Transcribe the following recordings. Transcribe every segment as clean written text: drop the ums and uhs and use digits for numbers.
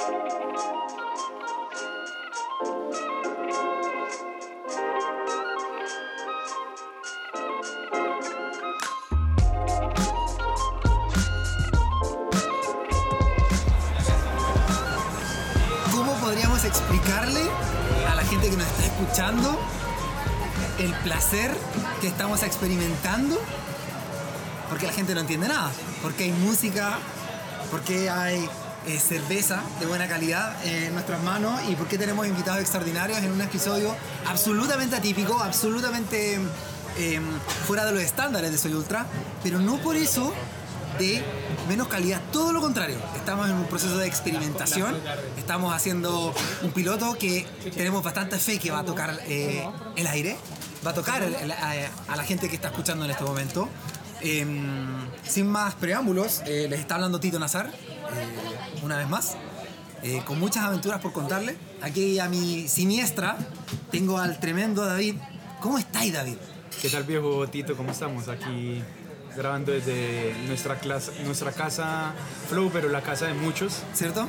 Podríamos explicarle a la gente que nos está escuchando el placer que estamos experimentando, porque la gente no entiende nada, porque hay música, porque hay cerveza de buena calidad en nuestras manos y porque tenemos invitados extraordinarios en un episodio absolutamente atípico, absolutamente fuera de los estándares de Soy Ultra, pero no por eso de menos calidad, todo lo contrario. Estamos en un proceso de experimentación, estamos haciendo un piloto que tenemos bastante fe que va a tocar el aire, va a tocar a la gente que está escuchando en este momento. Sin más preámbulos, les está hablando Tito Nazar, una vez más, con muchas aventuras por contarles. Aquí a mi siniestra tengo al tremendo David. ¿Cómo estáis, David? ¿Qué tal, viejo Tito? ¿Cómo estamos? Aquí grabando desde nuestra casa Flow, pero la casa de muchos. ¿Cierto?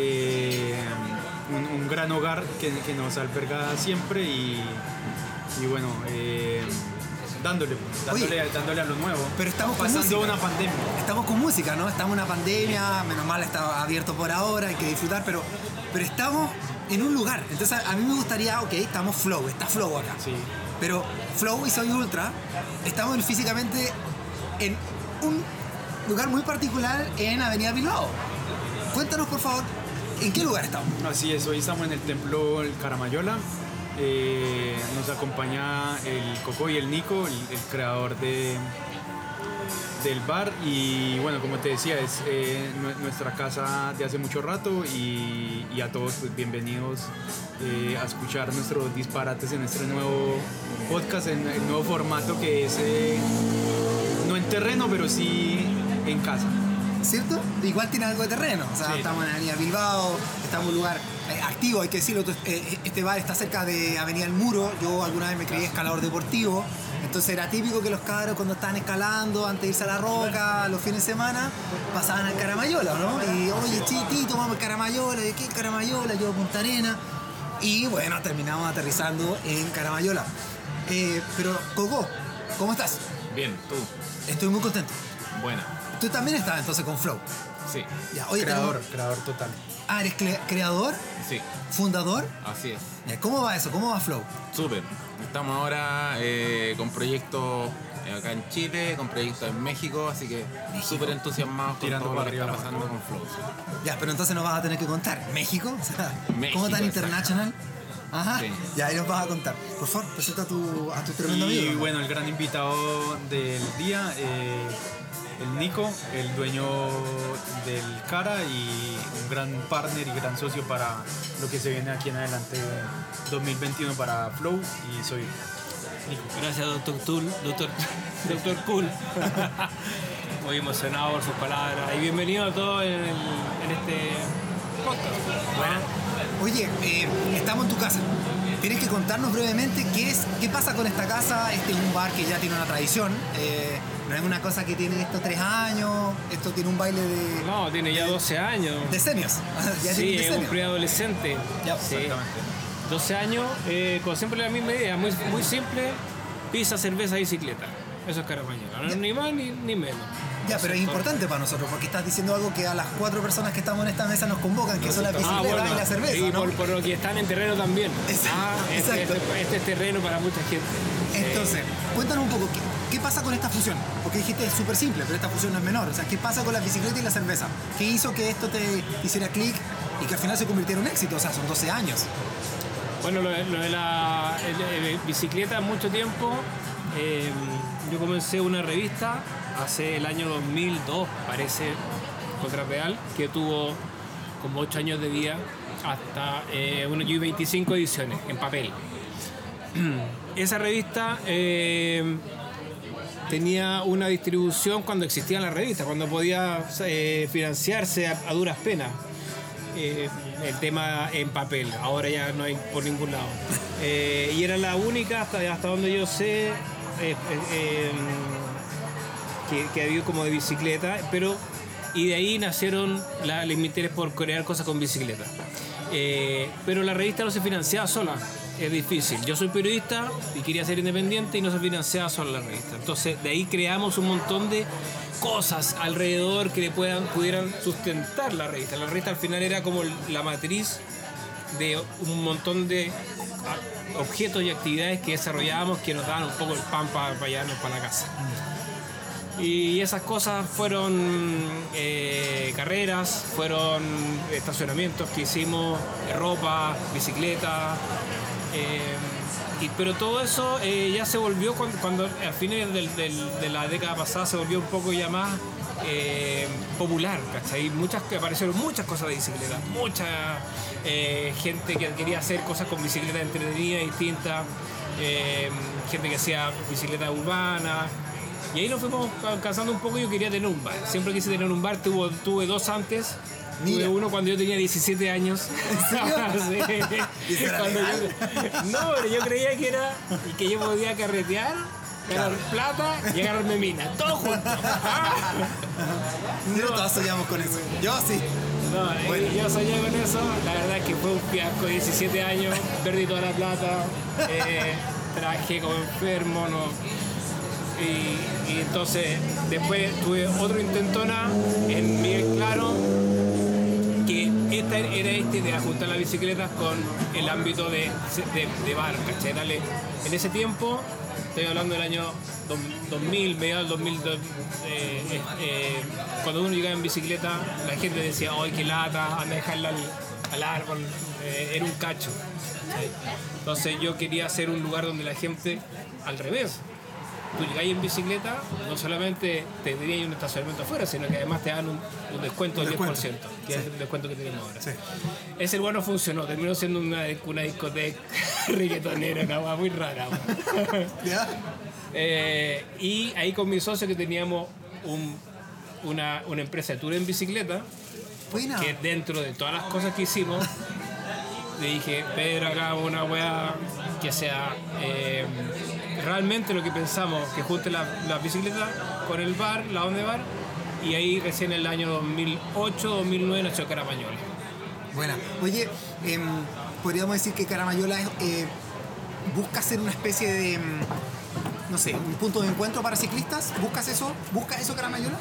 Un gran hogar que nos alberga siempre y bueno, dándole a lo nuevo. Pero estamos pasando una pandemia. Estamos con música, ¿no? Estamos en una pandemia, menos mal está abierto por ahora, hay que disfrutar, pero estamos en un lugar. Entonces a mí me gustaría, ok, estamos Flow, está Flow acá. Sí. Pero Flow y Soy Ultra estamos físicamente en un lugar muy particular en Avenida Bilbao. Cuéntanos, por favor, ¿en qué lugar estamos? Así es, hoy estamos en el templo El Caramayola. Nos acompaña el Coco y el Nico, el creador del bar. Y bueno, como te decía, es nuestra casa de hace mucho rato y a todos pues, bienvenidos a escuchar nuestros disparates en este nuevo podcast, en el nuevo formato que es no en terreno, pero sí en casa. ¿Cierto? Igual tiene algo de terreno. O sea, sí. Estamos en Avenida Bilbao, estamos en un lugar activo, hay que decirlo. Este bar está cerca de Avenida El Muro. Yo alguna vez me creí escalador deportivo. Entonces era típico que los cabros cuando estaban escalando, antes de irse a la roca, los fines de semana, pasaban al Caramayola, ¿no? Y oye, Tito, vamos al Caramayola. ¿De qué Caramayola? Yo a Punta Arena. Y bueno, terminamos aterrizando en Caramayola. Pero, Coco, ¿cómo estás? Bien, ¿tú? Estoy muy contento. Buena. Tú también estás entonces con Flow. Sí. Ya, oye, creador total. Ah, ¿eres creador? Sí. ¿Fundador? Así es. Ya, ¿cómo va eso? ¿Cómo va Flow? Súper. Estamos ahora con proyectos acá en Chile, con proyectos en México, así que súper entusiasmados con todo lo que está pasando con Flow. Sí. Ya, pero entonces nos vas a tener que contar. ¿México? O sea, México, ¿cómo tan exacto. international? Ajá. Sí. Ya, ahí nos vas a contar. Por favor, presenta a tu tremendo amigo. Y bueno, el gran invitado del día, el Nico, el dueño del Cara y un gran partner y gran socio para lo que se viene aquí en adelante 2021 para Flow, y soy Nico. Gracias, Doctor Cool. Muy emocionado por sus palabras y bienvenido a todos en este podcast. Bueno. Oye, estamos en tu casa. Tienes que contarnos brevemente qué pasa con esta casa. Este es un bar que ya tiene una tradición. No es una cosa que tiene estos 3 años. Esto tiene un baile de... No, tiene ya 12 años. Decenios. Ya sí, es un preadolescente. Ya, sí. Exactamente. 12 años, con siempre la misma idea. Muy, muy simple. Pizza, cerveza, bicicleta. Eso es Caramayola. No, ni más ni menos. Ya, pero es importante para nosotros, porque estás diciendo algo que a las 4 personas que estamos en esta mesa nos convocan, que son la bicicleta y la cerveza, y ¿no? por lo que están en terreno también. Exacto. Este es terreno para mucha gente. Entonces, cuéntanos un poco, ¿qué pasa con esta fusión? Porque dijiste es súper simple, pero esta fusión no es menor. O sea, ¿qué pasa con la bicicleta y la cerveza? ¿Qué hizo que esto te hiciera clic y que al final se convirtiera en un éxito? O sea, son 12 años. Bueno, lo de la bicicleta mucho tiempo. Yo comencé una revista hace el año 2002, parece, Contrapedal, que tuvo como 8 años de vida hasta 25 ediciones en papel. Esa revista tenía una distribución cuando existían las revistas, cuando podía financiarse a duras penas. El tema en papel, ahora ya no hay por ningún lado. Y era la única, hasta donde yo sé, que ha habido como de bicicleta, pero Y de ahí nacieron el interés por crear cosas con bicicleta. Pero la revista no se financiaba sola, es difícil. Yo soy periodista y quería ser independiente y no se financiaba sola la revista. Entonces de ahí creamos un montón de cosas alrededor que pudieran sustentar la revista. La revista al final era como la matriz de un montón de objetos y actividades que desarrollábamos que nos daban un poco el pan para llevarnos para la casa. Y esas cosas fueron carreras, fueron estacionamientos que hicimos, ropa, bicicleta, pero todo eso ya se volvió cuando al final de la década pasada se volvió un poco ya más popular, ¿cachai? Aparecieron muchas cosas de bicicleta, mucha gente que quería hacer cosas con bicicleta entretenidas, distintas, gente que hacía bicicleta urbana. Y ahí nos fuimos cansando un poco. Yo quería tener un bar. Siempre quise tener un bar. Tuve dos antes. Mira. Tuve uno cuando yo tenía 17 años. Sí. No, pero yo creía que era y que yo podía carretear, ganar plata y ganarme mina. Todo junto. No, todos soñamos con eso. Yo sí. No, bueno. Yo soñé con eso. La verdad es que fue un fiasco. 17 años, perdí toda la plata. Trabajé como enfermo, no. Y entonces después tuve otro intentona en Miguel Claro, que era de juntar las bicicletas con el ámbito de bar, ¿cachai? Dale, en ese tiempo, estoy hablando del año 2000, mediados del 2000, cuando uno llegaba en bicicleta, la gente decía, ¡ay, qué lata! Anda a dejarla al árbol, era un cacho, ¿cachai? Entonces yo quería hacer un lugar donde la gente, al revés, tú llegáis en bicicleta, no solamente te tenías un estacionamiento afuera, sino que además te dan un descuento del 10%, que es el descuento que tenemos ahora. Sí. Ese lugar no funcionó, terminó siendo una discoteca reggaetonera, una cosa muy rara. ¿Ya? Y ahí con mi socio que teníamos una empresa de tour en bicicleta, buena, que dentro de todas las cosas que hicimos, le dije, Pedro, hagamos una weá que sea... realmente lo que pensamos, que junte la bicicleta con el bar, la onda de bar, y ahí recién en el año 2008-2009 nació Caramayola. Buena. Oye, podríamos decir que Caramayola busca ser una especie de, no sé, un punto de encuentro para ciclistas. ¿Buscas eso? ¿Busca eso Caramayola?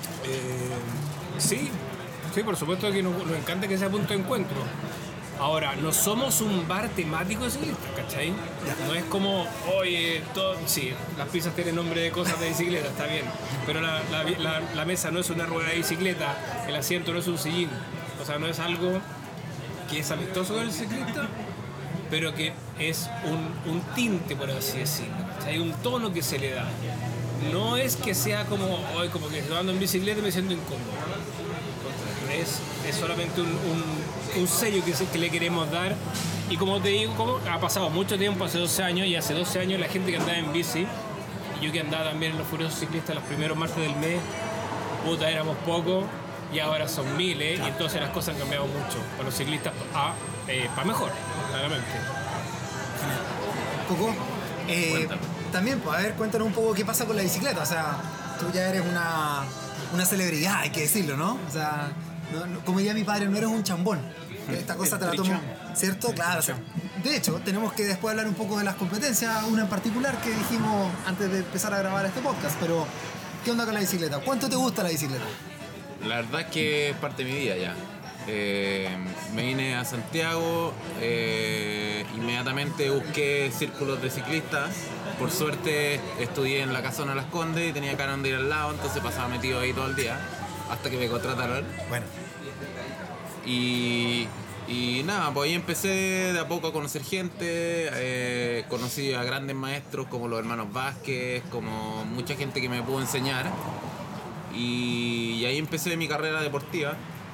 Sí, por supuesto que nos encanta que sea punto de encuentro. Ahora, no somos un bar temático de ciclistas, ¿cachai? No es como, oye, sí, las pizzas tienen nombre de cosas de bicicleta, está bien, pero la mesa no es una rueda de bicicleta, el asiento no es un sillín, o sea, no es algo que es amistoso con el ciclista, pero que es un tinte, por así decirlo, ¿cachai? Un tono que se le da. No es que sea como, hoy como que estoy andando en bicicleta y me siento incómodo. Es solamente un sello que le queremos dar. Y como te digo, ha pasado mucho tiempo, hace 12 años, y hace 12 años la gente que andaba en bici, y yo que andaba también en los Furiosos Ciclistas los primeros martes del mes, puta, éramos pocos, y ahora son miles, claro. Y entonces las cosas han cambiado mucho para los ciclistas, para mejor, claramente. Coco, también, pues, a ver, cuéntanos un poco qué pasa con la bicicleta. O sea, tú ya eres una celebridad, hay que decirlo, ¿no? O sea, no, como diría mi padre, no eres un chambón. Esta cosa te la tomo, ¿cierto? Claro. O sea, de hecho, tenemos que después hablar un poco de las competencias, una en particular que dijimos antes de empezar a grabar este podcast. Pero, ¿qué onda con la bicicleta? ¿Cuánto te gusta la bicicleta? La verdad es que es parte de mi vida ya. Me vine a Santiago, inmediatamente busqué círculos de ciclistas. Por suerte estudié en la Casona Las Condes y tenía ganas de ir al lado, entonces pasaba metido ahí todo el día hasta que me contrataron. Bueno. Y nada, pues ahí empecé de a poco a conocer gente, conocí a grandes maestros como los hermanos Vázquez, como mucha gente que me pudo enseñar. Y ahí empecé mi carrera deportiva.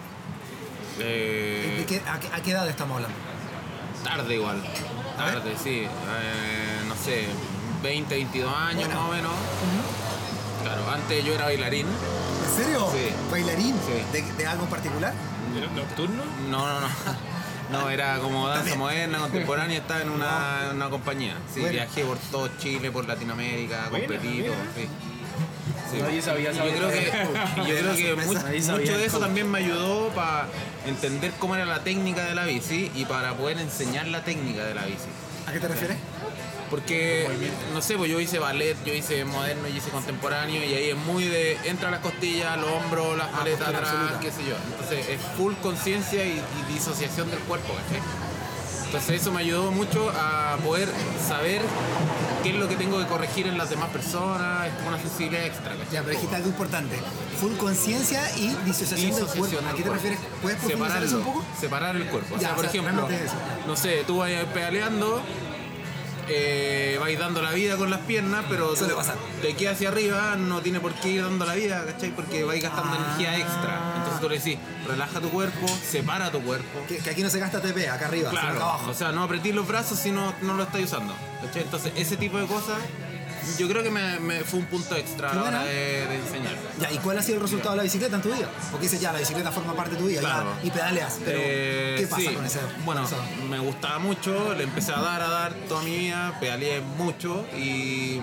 ¿A qué edad estamos hablando? Tarde igual, tarde, sí. No sé, 20, 22 años, bueno, más o menos. Uh-huh. Claro, antes yo era bailarín. ¿En serio? Sí. ¿Bailarín? Sí. ¿De algo en particular? ¿Nocturno? No. No, era como danza moderna, contemporánea, estaba en una compañía. Sí, bueno. Viajé por todo Chile, por Latinoamérica, competí, todo, sí. Sí. Nadie sabía Yo saber. creo que Nadie sabía mucho de eso cómo. también me ayudó para entender cómo era la técnica de la bici y para poder enseñar la técnica de la bici. ¿A qué te refieres? Porque, no sé, pues yo hice ballet, yo hice moderno, yo hice contemporáneo y ahí es muy de entra las costillas, los hombros, las paletas postura atrás, absoluta. qué sé yo. Entonces es full conciencia y disociación del cuerpo, ¿cachai? Entonces eso me ayudó mucho a poder saber qué es lo que tengo que corregir en las demás personas, es como una sensibilidad extra, ¿cachai? Ya, pero dijiste algo importante. Full conciencia y disociación del cuerpo. ¿A qué te refieres? ¿Puedes profundizar eso un poco? Separar el cuerpo. O Ya, sea, por ejemplo, realmente eso. no sé, tú vas pedaleando, vais dando la vida con las piernas, pero Suele pasar. de aquí hacia arriba no tiene por qué ir dando la vida, ¿cachai? Porque vais gastando energía extra. Entonces tú le decís, relaja tu cuerpo, separa tu cuerpo. Que aquí no se gasta TP, acá arriba, sino acá Claro, abajo. o sea, no apretís los brazos si no lo estáis usando, ¿cachai? Entonces ese tipo de cosas yo creo que me fue un punto extra a la hora de enseñar. Ya, ¿y cuál ha sido el resultado de la bicicleta en tu vida? Porque dices ya, la bicicleta forma parte de tu vida Claro. ya, y pedaleas, pero ¿qué pasa sí. con ese? Bueno, con eso? me gustaba mucho, le empecé a dar toda mi vida, pedaleé mucho y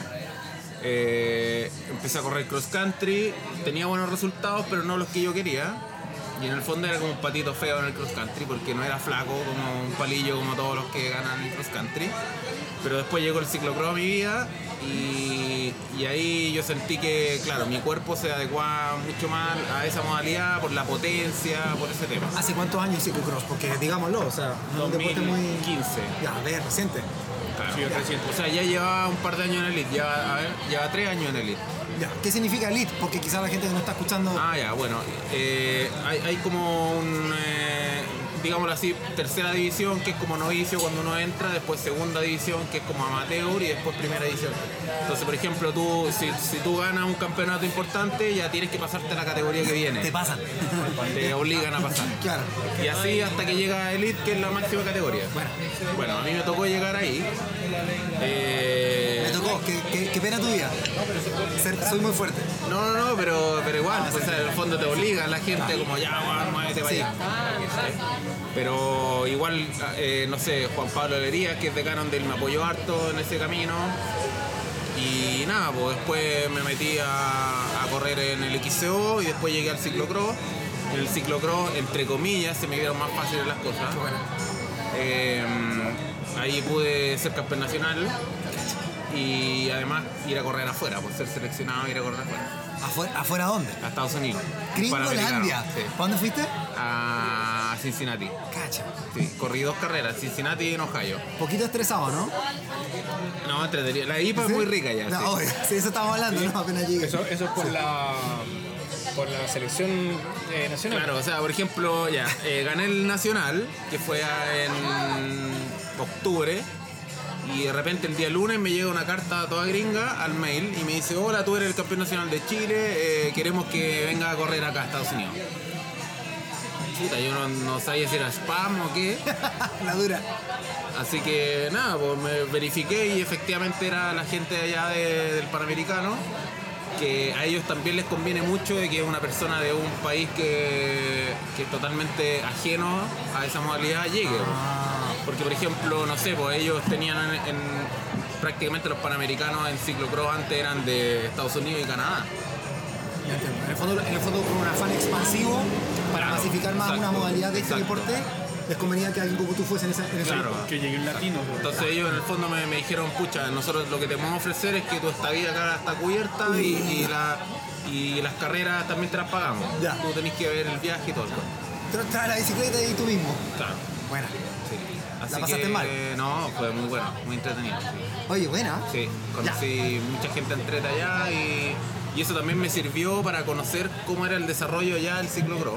empecé a correr cross country, tenía buenos resultados pero no los que yo quería y en el fondo era como un patito feo en el cross country porque no era flaco como un palillo como todos los que ganan el cross country, pero después llegó el ciclocross a mi vida y ahí yo sentí que, claro, mi cuerpo se adecuaba mucho más a esa modalidad por la potencia, por ese tema. ¿Hace cuántos años ciclocross? Porque digámoslo, o sea, no es un deporte muy... 2015. Ya, a ver, reciente. Claro. Sí, reciente. O sea, ya lleva un par de años en Elite, lleva 3 años en Elite. Ya, ¿qué significa elite? Porque quizás la gente que no está escuchando... Ah, ya, bueno, hay como un, digámoslo así, tercera división, que es como novicio cuando uno entra, después segunda división, que es como amateur, y después primera división. Entonces, por ejemplo, tú, si tú ganas un campeonato importante, ya tienes que pasarte a la categoría que viene. Te pasan. Te obligan a pasar. Claro. Y así hasta que llega a Elite, que es la máxima categoría. Bueno, a mí me tocó llegar ahí. Me tocó, qué pena tu vida. Soy muy fuerte. No, pero igual, pues, o sea, en el fondo te obliga la gente como ya, bueno, muévete para Sí. allá. Pero igual, no sé, Juan Pablo Lería, que es de Cannondale, me apoyó harto en ese camino. Y nada, pues después me metí a correr en el XCO y después llegué al ciclocross. En el ciclocross, entre comillas, se me dieron más fáciles las cosas. Ahí pude ser campeón nacional y además ir a correr afuera, por ser seleccionado ir a correr afuera. ¿Afuera dónde? A Estados Unidos. Gringolandia. Panamericano, sí. ¿Para dónde fuiste? A Cincinnati. Cacha. Sí, corrí 2 carreras, Cincinnati y en Ohio. Poquito estresado, ¿no? No, entretenido. La IPA es muy rica ya. No, sí. obvio. Sí, eso estamos hablando, ¿no? Apenas llegue. Eso es por la selección nacional. Claro, o sea, por ejemplo, ya, gané el nacional, que fue en octubre, y de repente el día lunes me llega una carta toda gringa al mail y me dice, hola, tú eres el campeón nacional de Chile, queremos que venga a correr acá a Estados Unidos. Puta, yo no sabía si era spam o qué. La dura. Así que nada, pues me verifiqué y efectivamente era la gente de allá del Panamericano, que a ellos también les conviene mucho de que una persona de un país que es totalmente ajeno a esa modalidad llegue. Porque por ejemplo, no sé, pues ellos tenían prácticamente los Panamericanos en ciclocross antes eran de Estados Unidos y Canadá. Ya entiendo. En el fondo con un afán expansivo para Claro, masificar más exacto, una modalidad de este exacto. deporte, les convenía que alguien como tú fuese en ese Claro. Que llegue un latino. pues. Entonces ellos en el fondo me dijeron, pucha, nosotros lo que te vamos a ofrecer es que tu estadía acá está cubierta y las carreras también te las pagamos. Ya. Tú tenés que ver el viaje y todo. Traes la bicicleta y tú mismo. Claro. Buena. Sí. Así ¿La pasaste que, mal? No, fue muy bueno, muy entretenido. Sí, Oye, buena. sí, conocí mucha gente entreta allá y eso también me sirvió para conocer cómo era el desarrollo ya del ciclocross.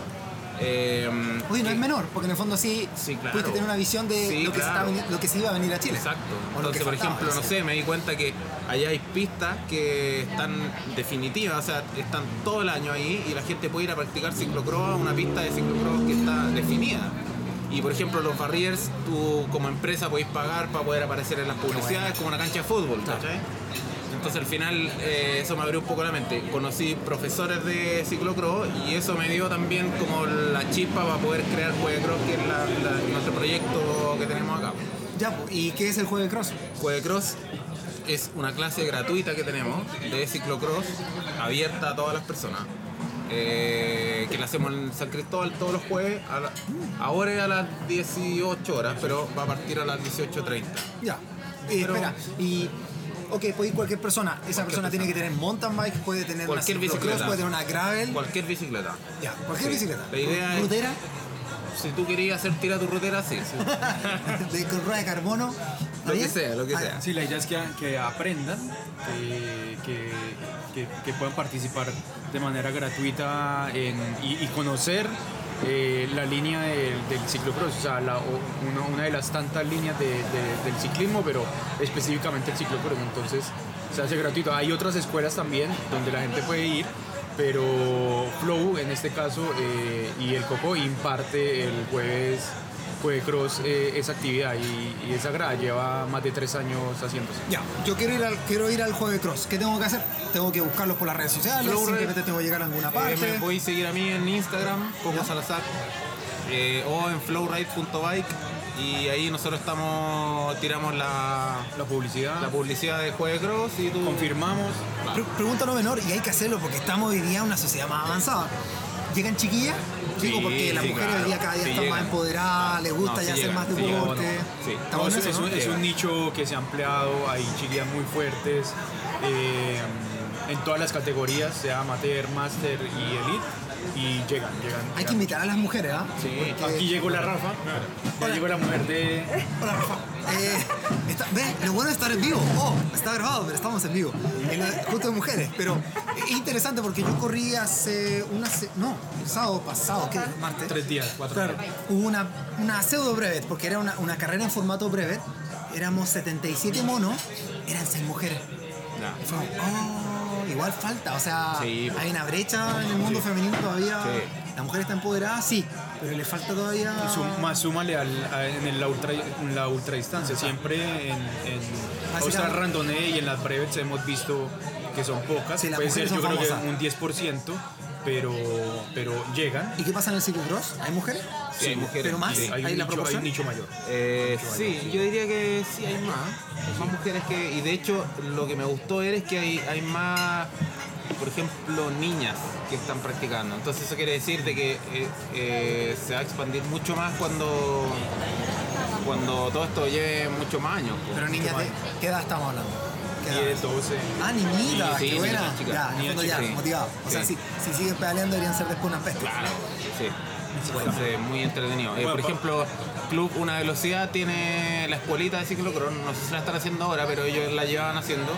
Oye, no es menor, porque en el fondo sí, Sí, claro. pudiste tener una visión de Sí, lo, que claro. lo que se iba a venir a Chile. Exacto. O lo que Entonces, por faltaba, ejemplo, no sí. sé, me di cuenta que allá hay pistas que están definitivas, o sea, están todo el año ahí y la gente puede ir a practicar ciclocross a una pista de ciclocross que está definida. Y por ejemplo, los barriers, tú como empresa podéis pagar para poder aparecer en las publicidades como una cancha de fútbol, ¿cachai? Entonces al final eso me abrió un poco la mente. Conocí profesores de ciclocross y eso me dio también como la chispa para poder crear Juegue Cross, que es nuestro proyecto que tenemos acá. Ya, ¿y qué es el juego de cross? Juegue Cross es una clase gratuita que tenemos de ciclocross, abierta a todas las personas. Que la hacemos en San Cristóbal todos los jueves, ahora es a las 18 horas, pero va a partir a las 18:30. Ya. Pero- Espera, y... Ok, puede ir cualquier persona. Esa persona tiene que tener mountain bike, puede tener Cualquier una ciclocross, bicicleta. puede tener una gravel. Cualquier bicicleta. Ya, cualquier Sí. bicicleta. La idea es- Rutera, Si tú querías hacer tira tu rutera, sí. con rueda de carbono. ¿está Lo que bien? sea, lo que Ah, sea. Sí, la idea es que aprendan, que puedan participar de manera gratuita y conocer la línea del ciclocross, o sea, una de las tantas líneas del ciclismo, pero específicamente el ciclocross. Entonces se hace gratuito. Hay otras escuelas también donde la gente puede ir, pero Flow en este caso y el Coco imparte el jueves cross esa actividad y esa grada lleva más de 3 años haciéndose. Ya, yo quiero ir al juego de cross. ¿Qué tengo que hacer? Tengo que buscarlos por las redes sociales, Flow simplemente Red. tengo que llegar a alguna parte. Me podéis seguir a mí en Instagram, como Salazar, o en flowride.bike, y ahí nosotros tiramos La publicidad, la publicidad de Juegue Cross y tú... confirmamos. Pregunta no menor, y hay que hacerlo porque estamos hoy día en una sociedad más avanzada. ¿Llegan chiquillas? Digo, Sí, porque las sí, mujeres claro. hoy día cada día Sí están más llegan. empoderadas, les gusta No, sí ya hacer llegan, más sí llegan, deporte. bueno, sí. Está No, bueno es, eso, ¿no? es un nicho que se ha ampliado, hay chiquillas muy fuertes en todas las categorías, sea amateur, master y elite, y llegan. Hay que invitar a las mujeres, ¿ah? Sí. Porque- Aquí llegó la Rafa, ya llegó la mujer de... Hola, Rafa. Ve, lo bueno de estar en vivo. Oh, está grabado, pero estamos en vivo. Justo de mujeres. Pero es interesante porque yo corrí hace el sábado pasado, ¿qué? Martes. 3 días, 4 Claro, días. hubo una pseudo brevet, porque era una carrera en formato brevet. Éramos 77 monos, eran 6 mujeres. Ya. Y fue como, igual falta, o sea, Sí, hay una brecha en el mundo femenino todavía. Sí. La mujer está empoderada, sí, pero le falta todavía. Más súmale en la ultradistancia. Siempre en Austral Randonnée y en las brevets hemos visto que son pocas. Sí, las Puede ser, mujeres yo son creo que famosas. un 10%, pero llegan. ¿Y qué pasa en el ciclocross? ¿Hay mujeres? Sí, hay mujeres. ¿Pero más? Sí. ¿Hay la proporción? Hay un nicho mayor. Sí, yo diría que sí hay más mujeres que... Y de hecho, lo que me gustó es que hay más, por ejemplo, niñas que están practicando. Entonces eso quiere decir de que se va a expandir mucho más cuando todo esto lleve muchos más años. pues. Pero niñas, ¿de qué edad estamos hablando? ¿Qué edad? 10, 12. Ah, niñitas, Sí, qué buena. niñas chicas, Ya, en el niñas fondo ya, chicas, sí. motivados. O sea, Sí. si siguen pedaleando deberían ser después unas bestias. Claro, sí. Entonces, muy entretenido. Por ejemplo, Club Una Velocidad tiene la escuelita de ciclocross, no sé si la están haciendo ahora, pero ellos la llevan haciendo.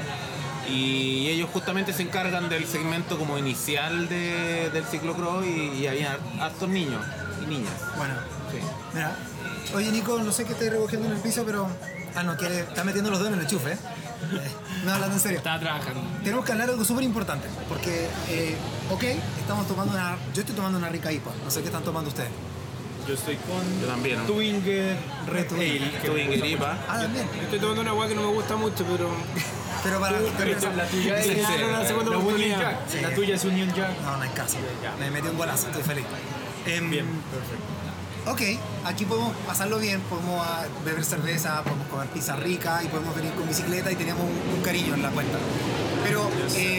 Y ellos justamente se encargan del segmento como inicial del ciclocross y había hartos niños y niñas. Bueno, Sí. mira. Oye, Nico, no sé qué estoy recogiendo en el piso, pero... Ah, no, está metiendo los dedos en el enchufe, ¿eh? No, hablando en serio. Estaba trabajando. Tenemos que hablar de algo súper importante, porque, ok, yo estoy tomando una rica IPA, no sé qué están tomando ustedes. Yo estoy con Yo también, ¿no? Twinger Red Twinger. Ale. que Twinger me gusta IPA. Ah, también. Estoy tomando una agua que no me gusta mucho, pero Pero para... mucho. La tuya es Sí, sí, la segunda la Union oportunidad. Jack. Sí. La tuya es Union Jack. No, no hay caso. Me metí un golazo, estoy feliz. Bien, perfecto. Ok, aquí podemos pasarlo bien, podemos beber cerveza, podemos comer pizza rica y podemos venir con bicicleta y teníamos un cariño en la cuenta. Pero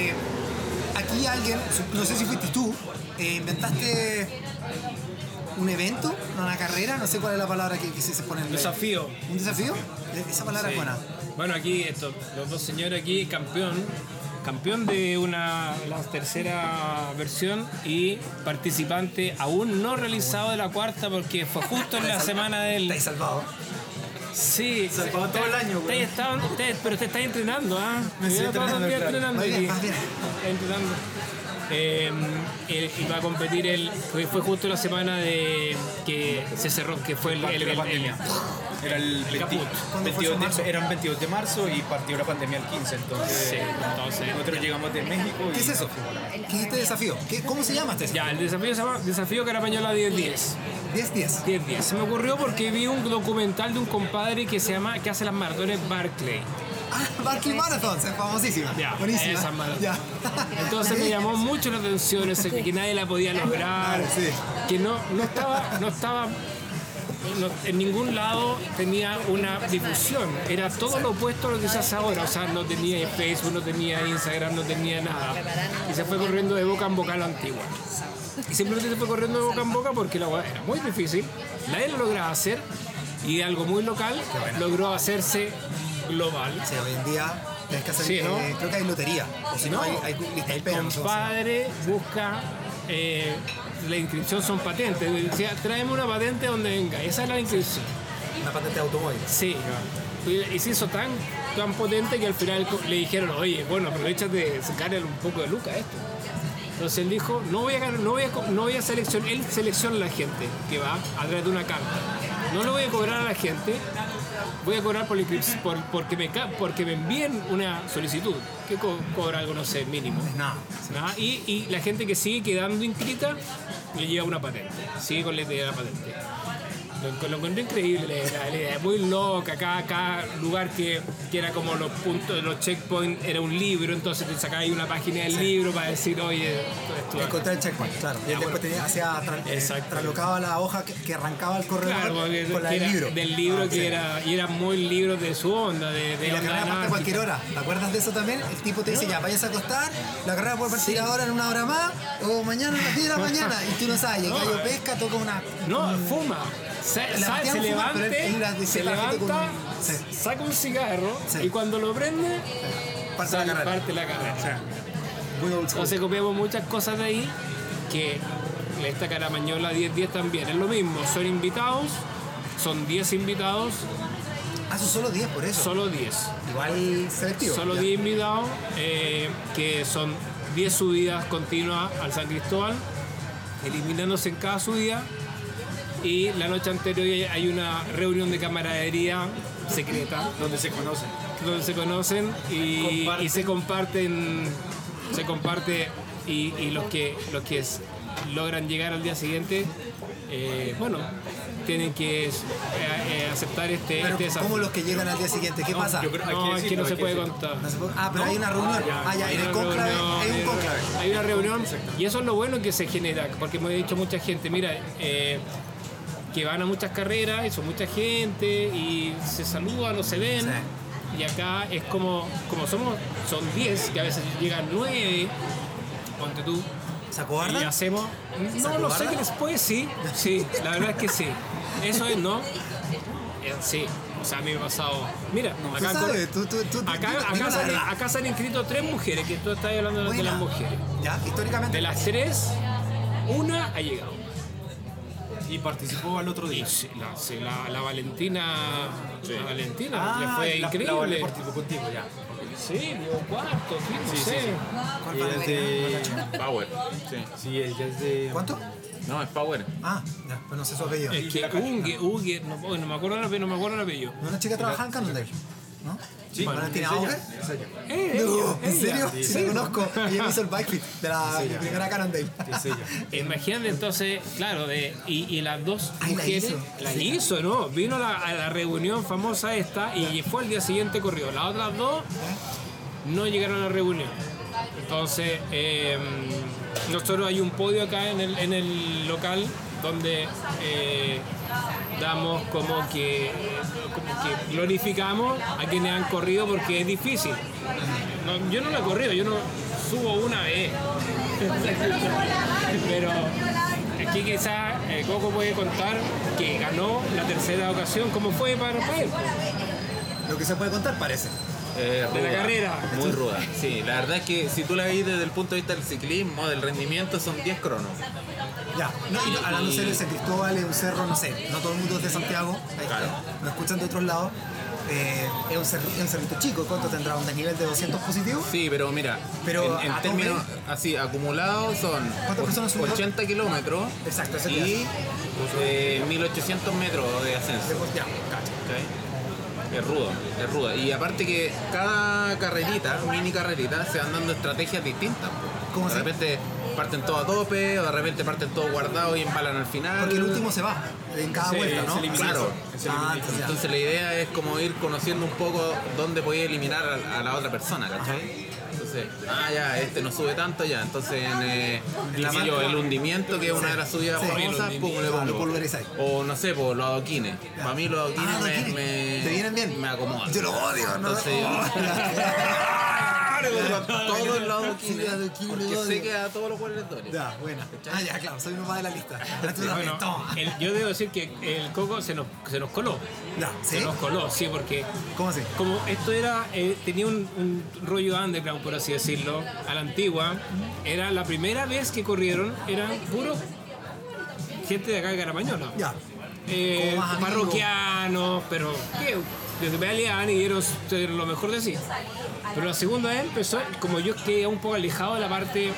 aquí alguien, no sé si fuiste tú, inventaste un evento, una carrera, no sé cuál es la palabra que se pone en desafío. ¿Un desafío? Esa palabra Sí. es buena. Bueno, aquí los dos señores aquí, campeón de la tercera versión y participante aún no realizado de la cuarta porque fue justo en la semana del... Estáis salvado. Sí, Salvado todo el año, güey. pero te estás entrenando, ¿ah? Me estoy Yo todo el día entrenando, entrenando claro. aquí. Vas bien. Entrenando. Y va a competir fue justo la semana de que se cerró, que fue Partió la pandemia. Era el caput. ¿Cuándo fue eso, marzo? eran 22 de marzo y partió la pandemia el 15, entonces, Sí, entonces nosotros llegamos de México. ¿Qué y es eso? ¿Qué es este desafío? ¿Cómo se llama este desafío? ya, el desafío se llama Desafío Carapañola 10-10. 10-10. 10-10. Se me ocurrió porque vi un documental de un compadre que hace las maratones Barclay. Ah, Barclay Marathon, es famosísima. Ya, Buenísima. esa maratón. Ya. Entonces me llamó mucho la atención eso, que nadie la podía lograr, Sí. que no estaba en ningún lado tenía una difusión. Era todo lo opuesto a lo que se hace ahora. O sea, no tenía Facebook, no tenía Instagram, no tenía nada. Y se fue corriendo de boca en boca a la antigua. Y simplemente se fue corriendo de boca en boca porque la hueá era muy difícil. Nadie lo lograba hacer. Y algo muy local logró hacerse global. Sí, hoy en día tienes que hacer, Sí, ¿no? creo que hay lotería. O si no, hay lista de el espera. no sé cómo se llama. compadre busca la inscripción son patentes. Decía, tráeme una patente donde venga. Esa es la inscripción. Una patente de automóvil. Sí. Y se hizo tan potente que al final le dijeron, oye, bueno, aprovechate de sacarle un poco de lucas a esto. Entonces él dijo, no voy a seleccionar, él selecciona a la gente que va a través de una carta. No le voy a cobrar a la gente, voy a cobrar porque me envíen una solicitud. ¿Qué cobra algo, no sé, mínimo? Nada. Nada. Y la gente que sigue quedando inscrita le lleva una patente. Sigue con la idea de la patente. Lo encontré increíble, la idea muy loca. Cada lugar que era como los puntos, los checkpoints, era un libro, entonces te sacabas ahí una página del libro para decir, oye, esto Encontrar el checkpoint, claro. Y después traslocaba la hoja que arrancaba el corredor con la del libro. Del libro y era muy libro de su onda, de Y la onda carrera parte a anárquica. cualquier hora. ¿Te acuerdas de eso también? El tipo te dice, ya, vayas a acostar, la carrera puede partir ahora en 1 hora más, o mañana a las 10 de la mañana, y tú no sabes, y el gallo pesca, toca una... No, fuma. Se fuma, pero él la dice la gente levanta, con sí. saca un cigarro Sí. y cuando lo prende, Parte la carrera. parte la carrera. Muy old school. Entonces copiamos muchas cosas de ahí que esta Caramañola 10-10 también es lo mismo. Son invitados, son 10 invitados, Son solo 10 por eso. solo 10. Igual selectivo. Solo ya. 10 invitados, que son 10 subidas continuas al San Cristóbal, eliminándose en cada subida. Y la noche anterior hay una reunión de camaradería secreta Donde se conocen. donde se conocen y se comparten y los que logran llegar al día siguiente tienen que aceptar este Pero desafío. ¿cómo los que llegan al día siguiente? ¿Qué pasa? yo creo- hay que No, es que decirlo, no se hay que puede decirlo. contar. No se puede- pero hay una reunión. ya. En Hay el una cónclave reunión, hay un cónclave. hay una reunión y eso es lo bueno que se genera, porque me ha dicho mucha gente, mira, que van a muchas carreras y son mucha gente y se saludan o se ven. Sí. Y acá es como son 10, que a veces llegan 9, ponte tú, ¿Se y acobardan? hacemos... No sé acobardan? qué después, sí, la verdad es que sí. Eso es, ¿no? Sí, o sea, a mí me ha pasado... Mira, Tú acá, sabes, tú acá, dime la verdad. acá se han inscrito 3 mujeres, que tú estás hablando de Buena. las mujeres. Ya, históricamente. De las 3, una ha llegado. Y participó al otro Y día. la Valentina, la Valentina, le fue la increíble. Vale participó contigo ya. Sí, llegó cuarto, no Sí, sé. sí, sí. ¿Cuál Y Valeria? es de Power. Sí. Sí, ella es de... ¿Cuánto? No, es Power. Ah, ya, pues no sé su apellido. Es que Ugue, no me acuerdo el apellido. ¿No una chica que trabajaba en Cannondale? ¿no? Sí, ¿Valentina es ella, Auger? es ella. No, ¿en ella. serio? Sí, Sí, sí. la conozco. Ella me hizo el bike fit de mi primera Cannondale. Es ella. Imagínate entonces, claro, y las dos Ay, la mujeres, hizo. la hizo, ¿no? Vino a la reunión famosa esta y fue al día siguiente corrió. Las otras dos no llegaron a la reunión. Entonces, nosotros hay un podio acá en el local donde damos como que glorificamos a quienes han corrido porque es difícil. No, yo no la he corrido, yo no subo una vez. Pero aquí quizás Coco puede contar que ganó la 3ª ocasión. ¿Cómo fue para él? Lo que se puede contar parece. De la Ruda, carrera. Muy ruda. Sí, la verdad es que si tú la ves desde el punto de vista del ciclismo, del rendimiento, son 10 cronos. Ya, no, y hablando serio, San Cristóbal es un cerro, no sé, no todo el mundo es de Santiago, Claro. nos escuchan de otros lados. Es un cerrito chico, ¿cuánto tendrá? ¿Un desnivel de 200 positivos? Sí, pero mira, Pero en a términos tope. así acumulados son ¿Cuántas personas subieron? 80 kilómetros Exacto, eso te y 1800 metros de ascenso. Ya, cacho. ¿Cachai? Es ruda. Y aparte que cada carrerita, mini carrerita, se van dando estrategias distintas. ¿Cómo De así? repente, parten todo a tope, o de repente parten todo guardado y embalan al final. Porque el último se va en cada Sí, vuelta, ¿no? se elimina. Claro. Entonces, ya. Entonces la idea es como ir conociendo un poco dónde podía eliminar a la otra persona, ¿cachai? Entonces, ya, este no sube tanto ya. Entonces en la qué sé yo, marca. el hundimiento, que es una de las subidas Sí. famosas, pum, le Lo pongo. pulverizáis. O no sé, pues los adoquines. Para mí los adoquines adoquines. me ¿Te vienen bien? me acomodan. Yo lo odio, ¿no? Entonces, todos los adoquines. Sí, adoquines, Porque odio. sé que a todos los cuales les duele. Ya, buena. Ya, claro, soy uno más de la lista. Ahora tú también, Bueno, toma. yo debo decir que el coco se nos coló. Ya, ¿sí? Se nos coló, sí, porque ¿Cómo así? como esto era, tenía un rollo underground, por así decirlo, a la antigua, era la primera vez que corrieron, eran puro gente de acá de Caramañola. Ya. Como más amigos. Parroquianos, pero que desde peleaban y dieron lo mejor de sí. Pero la segunda vez empezó, como yo quedé un poco alejado de la parte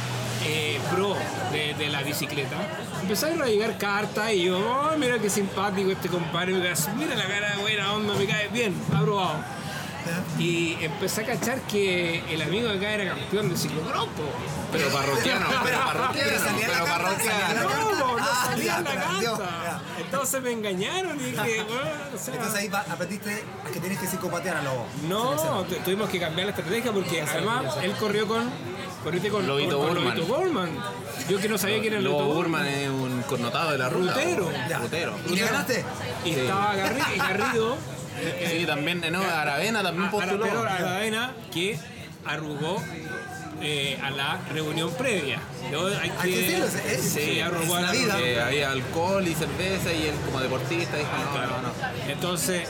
pro de la bicicleta, empezaron a llegar cartas y yo, oh, mira qué simpático este compadre, mira la cara buena onda, me cae bien, aprobado. Y empecé a cachar que el amigo de acá era campeón de ciclocross, po. Pero parroquiano, pero parroquiano, Pero salía pero la carta, parroquiano. salía la carta. No, no salía ya, en la te la dio, carta. ya. Entonces me engañaron y dije, bueno, o sea, Entonces ahí aprendiste a que tienes que psicopatear a los no, tuvimos que cambiar la estrategia porque además él corrió con Lobito Burman. Lobito Burman. Yo que no sabía quién era Lobo Lobito Burman es un connotado de la ruta. Rutero. Ya. Rutero. ¿Y le ganaste? Y estaba Garrido, Sí, también, no, Aravena también postuló. pero Aravena, que arrugó a la reunión previa. Hay que decirlo, sí, arrugó es a la vida. Había alcohol y cerveza y él como deportista dijo no. Entonces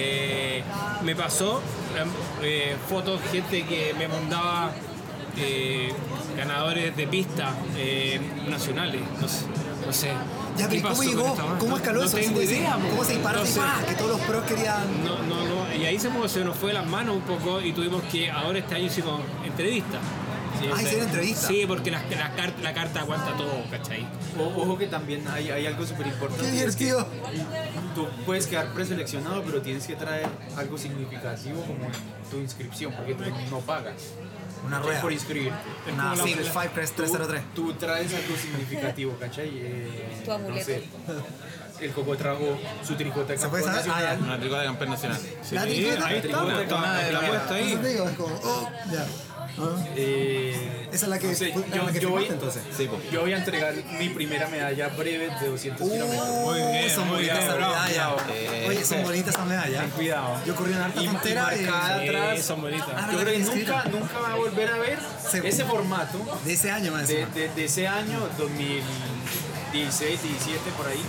me pasó fotos, gente que me mandaba ganadores de pista nacionales, no sé. Ya, ¿Qué pero ¿cómo pasó con llegó? esta banda? ¿Cómo escaló No eso? tengo idea. ¿Cómo se disparó? Entonces, Que todos los pros querían... no. Y ahí se nos fue las manos un poco y tuvimos que, ahora este año hicimos entrevistas. Sí, Ah, ¿hicieron entrevistas? Sí, porque la carta aguanta todo, ¿cachai? Ojo que también hay algo súper importante. ¡Qué divertido! Tú puedes quedar preseleccionado, pero tienes que traer algo significativo como en tu inscripción, porque tú no pagas. Una rueda. Por inscribirte. Una como la- Single Five Press 303. Tú traes algo significativo, ¿cachai? Tu amuleto. No sé. El Coco trajo su tricota de ¿Se puede campeón saber? nacional. Una tricota de campeón nacional. ¿La tricota? ahí está, la puesta ahí. Eso te digo, es como... Oh, ya. Esa es la que, No sé, la que yo voy, firmaste, entonces. Sí, pues. yo voy a entregar mi primera medalla breve de 200 kilómetros. Muy bien, son muy bonitas bien, esas bravo, medallas. bravo. Oye, son bonitas esas medallas. Ten cuidado. Yo corrí una alta Y frontera marcada Sí, atrás. son bonitas. Ah, Yo la creo que escrita. nunca va a volver a ver Sí. ese formato de ese año, más de, encima. de ese año, 2016, 17, por ahí.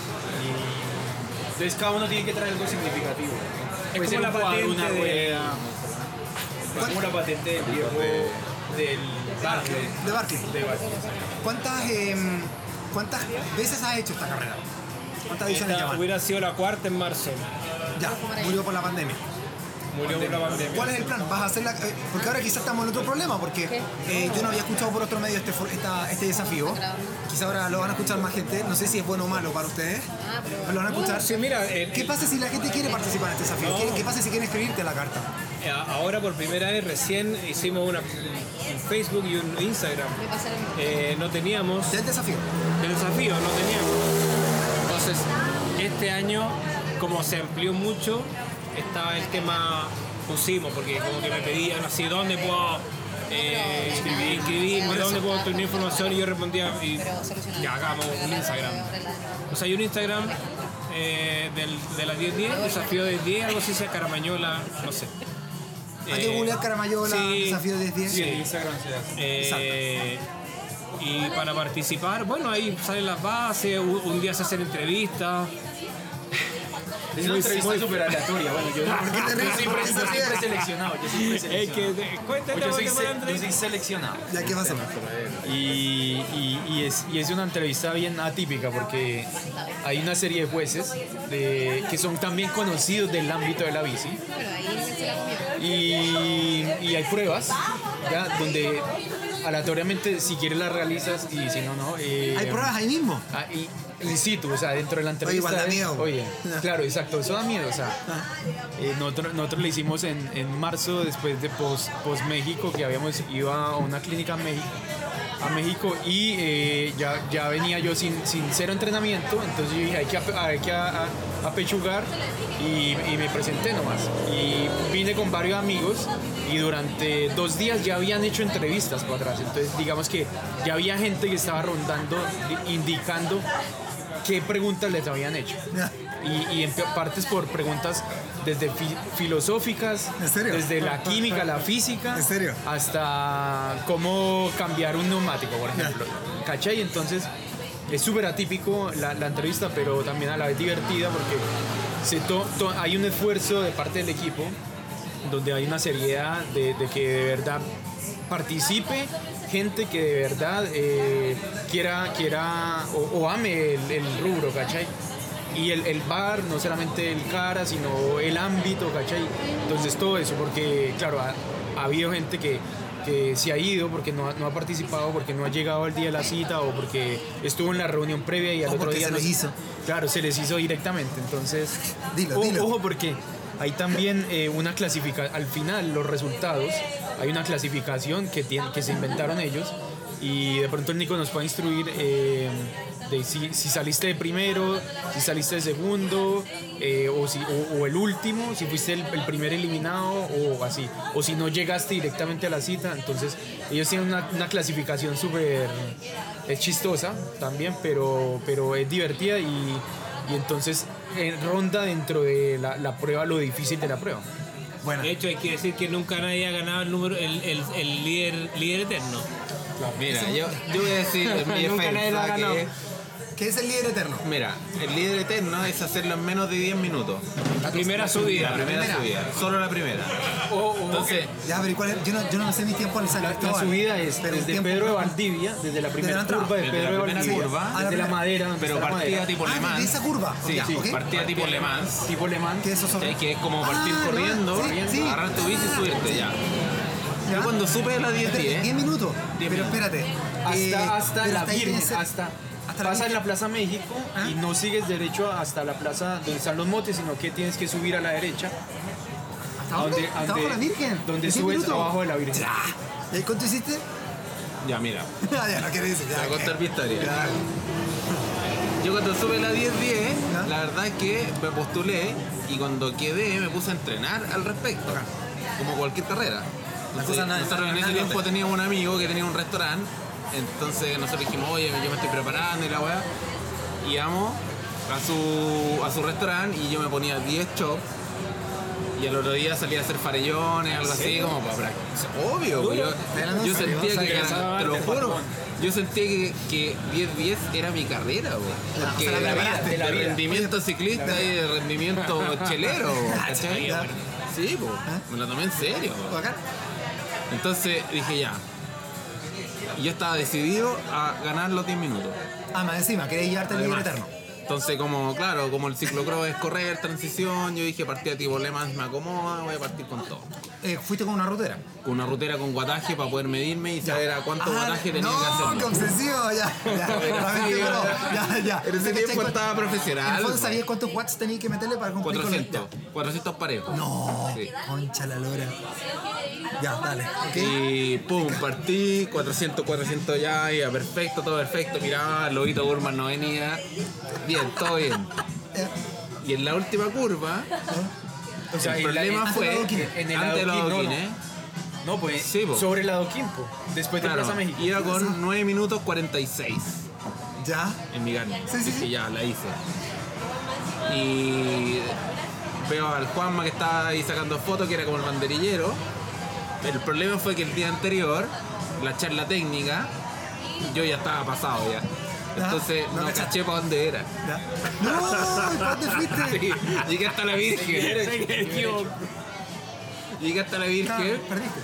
Y entonces cada uno tiene que traer algo significativo. Es Puede ser como un la cuadro, patente una de- rueda. Es como la patente del viejo del Barclay. De Barclay. De Barclay. ¿Cuántas veces has hecho esta carrera? ¿Cuántas ediciones Esta llevan? hubiera sido la cuarta en marzo. Ya, murió por la pandemia. Murió por la pandemia. ¿Cuál es el plan? ¿Vas a hacerla? Porque ahora quizás estamos en otro problema, porque yo no había escuchado por otro medio este desafío. Quizás ahora lo van a escuchar más gente. No sé si es bueno o malo para ustedes. Pero lo van a escuchar. Sí, mira, ¿Qué pasa si la gente quiere participar en este desafío? No. ¿Qué pasa si quiere escribirte a la carta? ahora por primera vez recién hicimos un Facebook y un Instagram. Me pasa lo mismo. No teníamos Del desafío. el desafío, no teníamos. Entonces, este año, como se amplió mucho, estaba el tema, pusimos, porque como que me pedían así, ¿dónde puedo inscribirme? ¿Dónde puedo obtener información? Y yo respondía, y Pero solucionado. ya hagamos un Instagram. O sea, hay un Instagram de las 10-10, desafío de 10, algo así, sea Caramañola, no sé. Hay que googlear Caramayola, sí, desafío 10-10. Sí, en Instagram se hace. Y para participar, bueno, ahí salen las bases, un día se hacen entrevistas. Es una entrevista súper aleatoria. Bueno, yo qué te ríes? ¿Por qué se ríe? siempre seleccionado. Yo siempre Es seleccionado. que, cuéntale Yo cómo soy, te fue la yo soy entrevista. seleccionado. Ya, ¿qué pasa? Y es una entrevista bien atípica porque hay una serie de jueces que son también conocidos del ámbito de la bici Bueno, ahí se la comió. y hay pruebas ya donde aleatoriamente si quieres las realizas y si no, no. ¿Hay pruebas ahí mismo? In situ, o sea, dentro de la entrevista. igual da es- miedo. Oye, claro, exacto, eso da miedo, o sea. Nosotros lo hicimos en marzo, después de post México, que habíamos ido a una clínica en México a México y ya venía yo sin cero entrenamiento, entonces yo dije hay que apechugar y me presenté nomás. Y vine con varios amigos y durante 2 días ya habían hecho entrevistas para atrás, entonces digamos que ya había gente que estaba rondando, indicando qué preguntas les habían hecho. Y en partes por preguntas desde filosóficas, ¿En serio? desde la química, la física, ¿En serio? hasta cómo cambiar un neumático, por ejemplo. ¿Cachai? Entonces es súper atípico la entrevista, pero también a la vez divertida porque hay un esfuerzo de parte del equipo donde hay una seriedad de que de verdad participe gente que de verdad quiera o ame el rubro, ¿cachai? Y el bar, no solamente el cara, sino el ámbito, ¿cachai? Entonces todo eso, porque claro, ha habido gente que se ha ido porque no ha participado, porque no ha llegado al día de la cita o porque estuvo en la reunión previa y al otro día se les hizo. Claro, se les hizo directamente. Entonces, Dilo. ojo porque hay también una clasificación, al final los resultados, hay una clasificación que se inventaron ellos y de pronto el Nico nos puede instruir de si saliste de primero, si saliste de segundo o el último, si fuiste el primer eliminado o así, o si no llegaste directamente a la cita. Entonces ellos tienen una clasificación súper chistosa también, pero es divertida y entonces ronda dentro de la prueba lo difícil de la prueba. Bueno, De hecho, hay que decir que nunca nadie ha ganado el líder eterno. Mira, yo voy a decir en mi Nunca nadie lo ha defensa ganado. ¿qué es el líder eterno? mira, el líder eterno es hacerlo en menos de 10 minutos. La primera subida. La primera subida, solo la primera. Entonces, Ya, pero ¿y cuál es? Yo no sé mi tiempo en San La Cristóbal. subida es Pero el desde tiempo- Pedro de Valdivia, desde la primera entrada. curva de Desde Pedro de la primera Valdivia, curva. desde la madera, donde pero está la partida madera. tipo Le Ah, Mans. de esa curva. Sí, Ya, ¿ok? partida tipo Le Mans. tipo Le Mans. ¿Qué es eso sobre? Que es como partir Ah, corriendo, sí, sí. agarrar tu bici y subirte ya. ¿Ya? Yo cuando supe las 10-10, Espérate, 10 minutos. 10 Pero minutos. espérate. hasta pero la hasta ahí Virgen, tiene que ser- hasta hasta la pasas en Virgen. la Plaza México ¿Ah? y no sigues derecho hasta la plaza donde están los motes, sino que tienes que subir a la derecha. ¿Hasta dónde? ¿Hasta abajo de la Virgen? Donde ¿En 10 subes minutos? abajo de la Virgen. Ya. ¿Y cuánto hiciste? ya mira, Ya no quiero decir. te voy a contar mi historia. Ya. Yo cuando supe la 10-10, ¿Ya? la verdad es que me postulé y cuando quedé me puse a entrenar al respecto, como cualquier carrera. Las cosas no- Nosotros en no- ese no- tiempo teníamos un amigo que tenía un restaurante, entonces nosotros dijimos, oye, yo me estoy preparando y la weá. Y íbamos a su restaurante y yo me ponía 10 chops y al otro día salía a hacer farellones, algo así, como para practicar. Obvio, pues yo sentía que, te lo juro, yo sentía que 10-10 era mi carrera, po, porque o sea, la de, preparaste. de rendimiento ciclista y de rendimiento chelero, po, ¿cachai? Ya. Sí, pues, me lo tomé en serio. Po. Bacán. Entonces dije ya. Y yo estaba decidido a ganar los 10 minutos. Ah, más encima, queréis llevarte al líder Además. eterno. Entonces, como el ciclocross es correr, transición, yo dije partida tipo Le Mans me acomoda, voy a partir con todo. Fuiste con una rutera. Con una rutera con guataje para poder medirme y saber a cuánto guataje tenía no, que hacer. qué obsesivo, ya. Ya. En ese tiempo estaba profesional. En el fondo, po. ¿sabías cuántos watts tenías que meterle para cumplir 400, con el... 400 parejos. No, Sí. concha la lora. Ya, dale. ¿Ok? Y pum, partí, 400 ya, iba perfecto, todo perfecto. Miraba, Lobito Burman no venía. Bien, todo bien. Y en la última curva, O sea, el problema antes fue de la adoquín. en el antes de la adoquín, no, adoquín, No, pues Sí, po. sobre el adoquín, po, después de Claro, Plaza México. iba con 9 minutos 46 Ya. en mi carne. Sí, sí, Dije, sí. ya, la hice. Y veo al Juanma que estaba ahí sacando fotos, que era como el banderillero. El problema fue que el día anterior, la charla técnica, yo ya estaba pasado ya. Entonces no no cachaste. caché para dónde era. Ya. No, ¿y para dónde fuiste? Sí, llegué hasta la Virgen. Llegué hasta la Ah, Virgen. perdiste.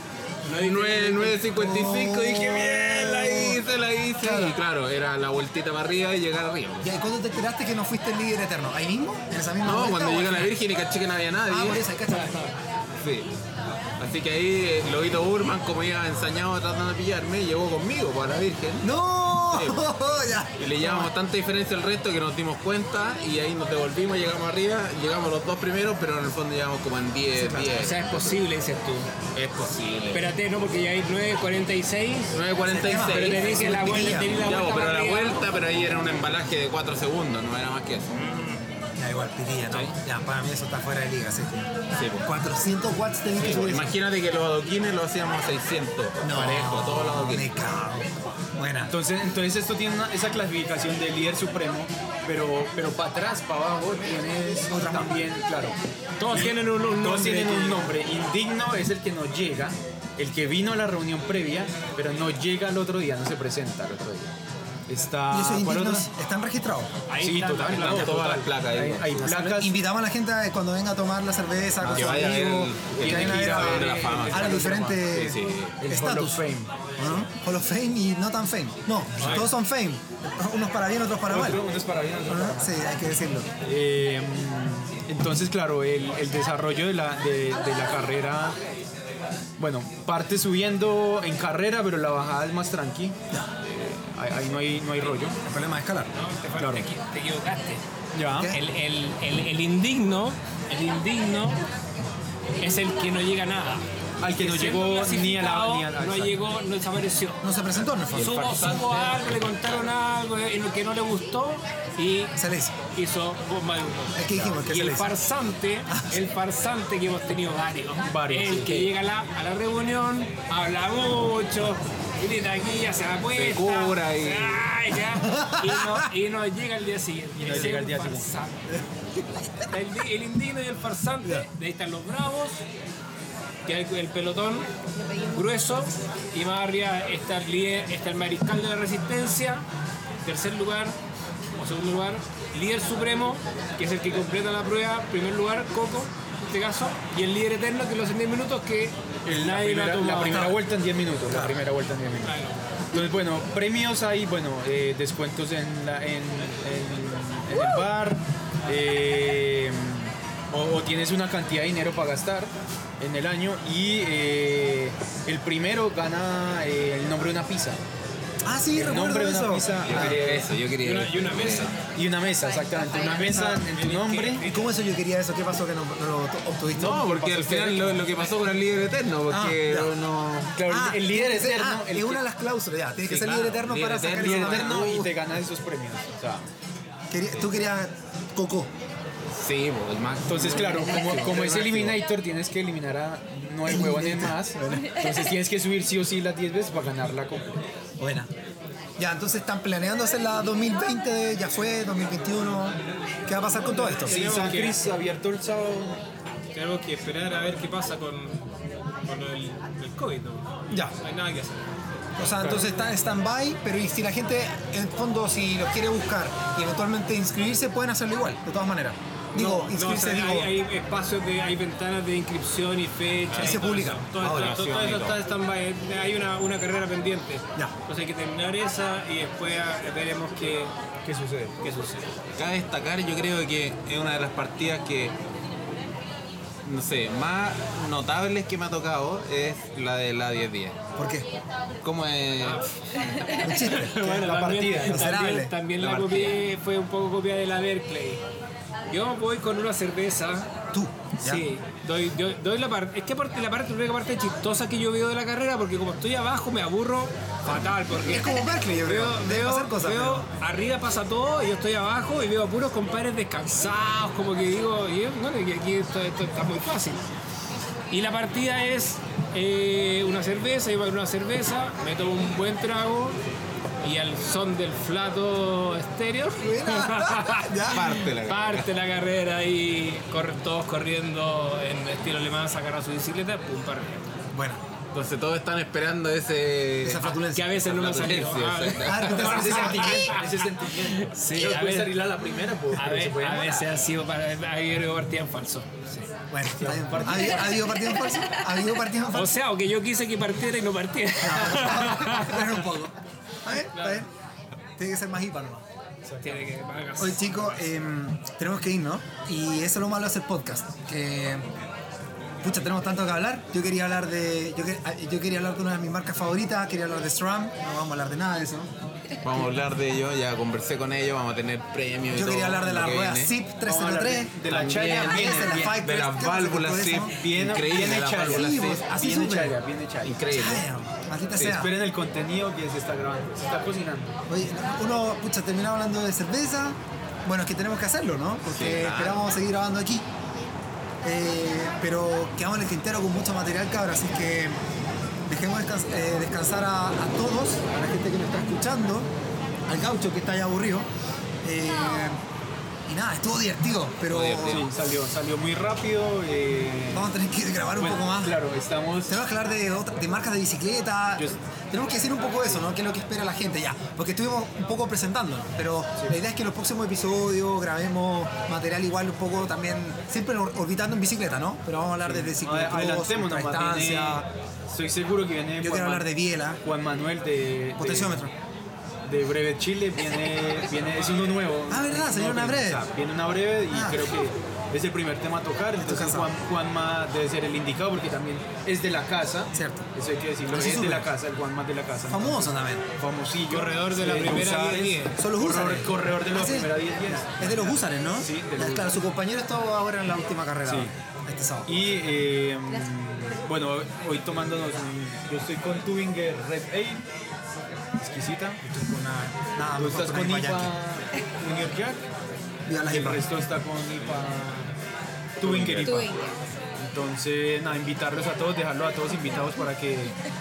9:55 dije, bien, la hice. Claro. Y claro, era la vueltita para arriba y llegar arriba. Ya, ¿y cuándo te enteraste que no fuiste el líder eterno? ¿Ahí mismo? ¿En esa misma No, vuelta cuando o llegué a al la final? Virgen y caché que no había nadie. Ah, por eso, ahí cacha. Sí. Así que ahí Lobito Burman, como iba ensañado tratando de pillarme, llegó conmigo para la Virgen. ¡No! Ya. Y le llevamos tanta diferencia al resto que nos dimos cuenta y ahí nos devolvimos, llegamos arriba, llegamos los dos primeros, pero en el fondo llegamos como en 10, O 10. sea, es posible, dices tú. Es posible. Espérate, ¿no? Porque ya hay 9:46. 9:46. Pero tenés que la vuelta, tenés la Ya, vuelta pero para la arriba. vuelta, pero ahí era un embalaje de 4 segundos, no era más que eso. Ya, igual, pitilla, ¿no? Sí. Ya, para mí eso está fuera de liga, así que... Sí, pues. 400 watts tenés que subir eso. Imagínate que los adoquines lo hacíamos a 600. Parejo, todos los me adoquines. cago. Buena. Entonces esto tiene esa clasificación de líder supremo, pero para atrás, para abajo tienes Otra más. también, claro. Todos tienen un Todos nombre. tienen un nombre. Indigno es el que no llega, el que vino a la reunión previa, pero no llega al otro día, no se presenta al otro día. Está. ¿Y esos ¿cuál indignos otro? están registrados? Ahí Sí, están, total, están claro, todas total. las placas ahí. Hay placas. Invitamos a la gente a cuando venga a tomar la cerveza con que sus vaya a ver amigos, el- que vayan a ver el Salón de la Fama. a los diferentes Sí, sí. El Hall estatus. of Fame. ¿No? Hall of Fame y no tan fame. No, todos son fame. Unos para bien, otros para mal. Uno es para bien, otro para mal. Sí, hay que decirlo. Entonces, claro, el desarrollo de la carrera, bueno, parte subiendo en carrera, pero la bajada es más tranqui. Ahí no hay rollo. El problema es escalar. Claro. Te equivocaste. Ya. ¿Qué? El indigno es el que no llega a nada. Al que no Siendo llegó ni a la. clasificado, Ni a la no exacto. llegó, no desapareció. No se presentó en el fondo. Supo algo, le contaron algo y lo que no le gustó y Se le hizo. hizo bomba de humo. Es que dijimos que Y se le el hizo. farsante que hemos tenido Varios, el sí. que llega a la reunión, habla mucho, grita aquí, ya se apuesta, Se cura y- ay, ya, y no llega el día siguiente. Y no Ese llega es el día un siguiente. farsante. El indigno y el farsante, de ahí están los bravos, que hay el pelotón grueso, y más arriba está el líder, está el mariscal de la resistencia, tercer lugar o segundo lugar, líder supremo, que es el que completa la prueba, primer lugar, Coco, en este caso, y el líder eterno, que los en 10 minutos, que nadie lo ha La tomado. primera vuelta en 10 minutos. La primera vuelta en 10 minutos. Claro. Entonces, bueno, premios hay, bueno, descuentos en el bar, o tienes una cantidad de dinero para gastar en el año y el primero gana el nombre de una pizza. Ah, sí, El recuerdo nombre de una eso. pizza Yo quería eso, yo quería eso. Y una mesa. y una mesa, exactamente. Una mesa en tu nombre. ¿Y cómo eso yo quería eso? ¿Qué pasó que no lo obtuviste? No, porque al final lo que pasó con el líder eterno, porque Ah, ya. no. Claro, el líder tiene que ser- eterno. el es que- una de las cláusulas, ya. Tiene que Sí, ser claro, líder eterno líder para sacar eterno, líder esa eterno mano. y te ganas esos premios. O sea, Tú querías Coco. Sí, pues, el más. entonces, claro, como es Eliminator, tienes que eliminar a 9 huevones más. Entonces tienes que subir sí o sí las 10 veces para ganar la copa. Buena. Ya, entonces están planeando hacer la 2020, ya fue, 2021. ¿Qué va a pasar con todo esto? Sí, San Cris abierto el sábado. Tenemos que esperar a ver qué pasa con el COVID, ¿no? Ya. No hay nada que hacer. O sea, entonces está en stand-by, pero y si la gente, en el fondo, si los quiere buscar y eventualmente inscribirse, pueden hacerlo igual, de todas maneras. Digo, No, inscribirse, o sea, digo... hay espacios, hay ventanas de inscripción y fecha. Y se todo publica. eso. Todo, Ahora, todo eso está en stand-by. Hay una carrera pendiente. Ya. Entonces hay que terminar esa y después veremos qué sucede? sucede. Cabe destacar, yo creo que es una de las partidas que, no sé, más notables que me ha tocado es la de la 10-10. ¿Por qué? ¿Cómo es? Un chiste. Bueno, la partida, miserable. también La la partida. copié, fue un poco copia de la Berkeley. Yo voy con una cerveza. Tú. ¿ya? Sí, doy la parte. Es que aparte, la única parte chistosa que yo veo de la carrera, porque como estoy abajo me aburro fatal. Porque Es como Berkeley, yo creo. Debe pasar cosas. veo pero- arriba pasa todo y yo estoy abajo y veo a puros compadres descansados, como que digo, y bueno, que aquí esto está muy fácil. Y la partida es una cerveza, yo voy con una cerveza, me tomo un buen trago y al son del flato estéreo Ya. parte la carrera y todos corriendo en estilo alemán, sacar a su bicicleta, pum, para arriba. Bueno. Entonces todos están esperando ese. Esa flatulencia. Que a veces no me ha salido. Flatulencia, Ah, no te Ese haces- sentimiento, ese sentimiento. Sí, Pero a puede ver. salir a la primera, pues. A, pero se puede a demorar. veces ha sido partida en falso. Bueno, está bien. ¿Ha habido partido en falso? ¿Ha habido partido en O falso? sea, o que yo quise que partiera y no partiera. Bueno, un poco. ¿Está bien? ¿Está bien? Tiene que ser más hipa, ¿no? Tiene que pagar. Oye, chicos, tenemos que ir, ¿no? Y eso es lo malo de hacer podcast. Que... Pucha, tenemos tanto que hablar. Yo quería hablar de... Yo quería hablar de una de mis marcas favoritas. Quería hablar de SRAM. No vamos a hablar de nada de eso. Vamos a hablar de ello, ya conversé con ellos, vamos a tener premios. y Yo todo quería hablar de lo la que rueda viene. ZIP Vamos a hablar 303. de la También, chaya, bien, bien, de la Five de las Crest, válvulas, todo sí, eso. increíble bien la hecha, válvula, sí, sí. pues, así bien súper. hecha, bien hecha. Increíble. Chaya, maldita Sí, sea. esperen el contenido que se está grabando, se está cocinando. Oye, uno, pucha, termina hablando de cerveza. Bueno, es que tenemos que hacerlo, ¿no? Porque Sí, claro. esperamos seguir grabando aquí. Pero quedamos en el tintero con mucho material, cabrón, así que dejemos descansar a todos, a la gente que nos está escuchando, al gaucho que está ahí aburrido. Y nada, estuvo divertido, pero Estuvo Sí, salió muy rápido. vamos a tener que grabar un Bueno, poco más. Claro, estamos. Tenemos que hablar de marcas de bicicleta. Yo- Tenemos que decir un poco eso, ¿no? ¿Qué es lo que espera la gente ya? Porque estuvimos un poco presentándonos, pero la idea es que en los próximos episodios grabemos material igual un poco también, siempre orbitando en bicicleta, ¿no? Pero vamos a hablar desde ciclocross, Adelantemos nomás. ultradistancia. Estoy seguro que viene. Yo quiero hablar de biela, Juan Manuel de potenciómetro. de Breve Chile viene es uno nuevo. Ah, ¿verdad? Se viene una breve. O sea, viene una breve y Ah. creo que es el primer tema a tocar. Entonces cansado. Juanma debe ser el indicado porque también es de la casa. Cierto. Eso hay que decirlo. Así Es de sube. la casa, el Juanma es de la casa. Famoso también. Famosillo. Corredor de la primera Usares, 10. Son los húsares. Corredor de la Ah, sí. primera 10. Es de los húsares, ¿no? Sí, de los Claro, su compañero está ahora en la última carrera. Sí. Este sábado. Y bueno, hoy tomándonos yo estoy con Tubinger Red Ale, exquisita. Nada, Tú mejor estás que con una IPA Yankee. Junior Jack. Viva la Y el IPA. resto está con IPA Tubinger IPA. Tubinger. Entonces, nada, invitarlos a todos, dejarlos a todos invitados para que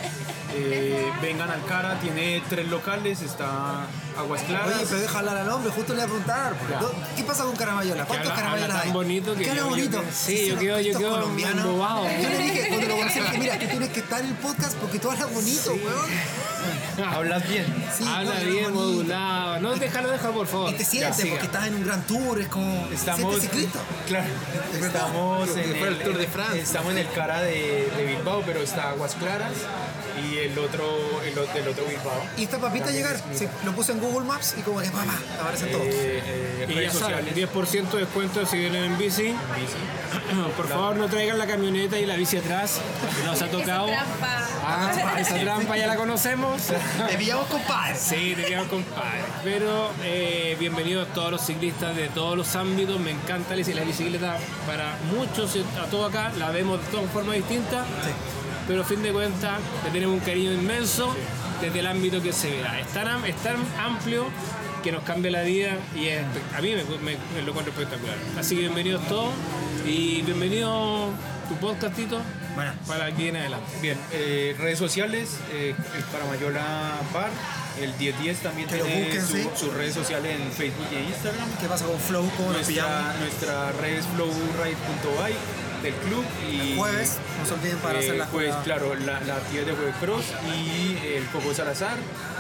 vengan al Cara. Tiene 3 locales, está Aguas Claras. Oye, pero deja hablar al hombre, justo le voy a preguntar. ¿Qué pasa con Caramayola? ¿Cuántos habla- Caramayolas habla tan hay? bonito que ¿Qué habla yo- bonito? sí, yo quedo Estos colombianos. embobado. Yo le dije, cuando lo conocí, le dije, mira, tú tienes que estar en el podcast porque tú hablas bonito, weón. Hablas bien. Sí, Habla hablas bien, bonito. modulado. No, déjalo, por favor. Y te sientes siga. porque estás en un gran tour, es como. Estamos, sientes ciclista. claro, Es verdad. estamos Como que en fuera el Tour de Francia. Estamos en el Cara de Bilbao, pero está Aguas Claras y el otro Bilbao. Y esta papita llegar, sí, lo puse en Google Maps y como que papá, aparecen todos. Y ya Redes saben, sociales. 10% de descuento si vienen en bici. Por favor, no traigan la camioneta y la bici atrás. Nos ha tocado. Esa trampa. Ah, esa trampa ya la conocemos. Te pillamos compadre. Sí, te quedamos compadre. Pero bienvenidos todos los ciclistas de todos los ámbitos. Me encanta la bicicleta para muchos, a todo acá. La vemos de todas formas distintas. Pero a fin de cuentas le tenemos un cariño inmenso desde el ámbito que se vea. Es tan amplio que nos cambia la vida y a mí me lo encuentro espectacular. Así que bienvenidos todos y bienvenido tu podcastito Bueno. para aquí en adelante. Bien, redes sociales, el Caramayola Bar, el 1010 también Que lo tiene busquen, sí. sus redes sociales en Facebook y en Instagram. ¿Qué pasa con Flow? ¿Cómo nos pillamos? Nuestra red es flowride.by del club y Jueves, no se olviden para hacer la pues jugada. claro, la actividad de Jueves Cross y el Coco Salazar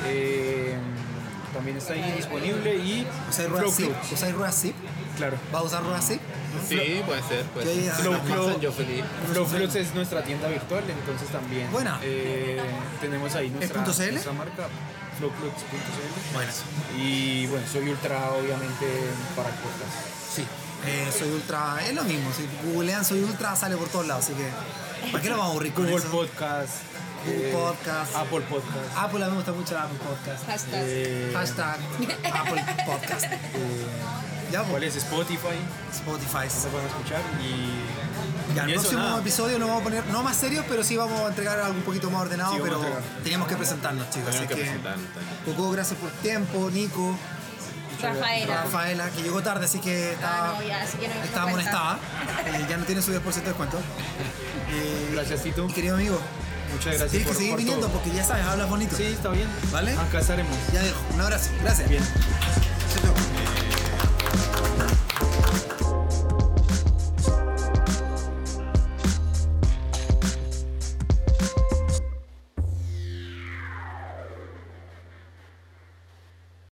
también está ahí disponible y ¿Usáis ruedas Flow zip? Club, ¿Usáis ruedas zip? claro. ¿Va a usar ruedas zip? Sí, puede ser. Yo ahí- Puede ser. Flow Nos Club. pasan, yo feliz. Flow Clubs es nuestra tienda virtual, entonces también Buena. tenemos ahí nuestra, ¿Es .cl? nuestra marca flowclubs.cl. Buenas. Y bueno, soy ultra obviamente para el podcast. Sí. Soy ultra, es lo mismo. Si googlean soy ultra, sale por todos lados. Así que, ¿para qué lo vamos a aburrir con Google eso? Podcast, Google Podcast. Apple Podcast. Apple, a mí me gusta mucho el Apple Podcast. Hashtag. Hashtag Apple Podcast. Ya, ¿Cuál pues, es? Spotify, Spotify. se pueden escuchar y Ya, el y eso, próximo nada. episodio lo vamos a poner, no más serios, pero sí vamos a entregar algo un poquito más ordenado, Sí, vamos pero a entregar. teníamos que presentarnos, chicos. Tenemos Así que que, presentarnos. Coco, gracias por el tiempo, Nico, Rafaela. Rafaela, que llegó tarde, así que estaba, Ah, no, ya, así que no me estaba cuenta. molestada. Ya no tiene su 10% de descuento. Gracias, Tito. Mi querido amigo, Muchas gracias tienes que por, seguir por viniendo todo. porque ya sabes, hablas bonito. Sí, está bien. ¿Vale? Acá estaremos. Ya dejo. Un abrazo. Gracias. Bien. Chao, chao.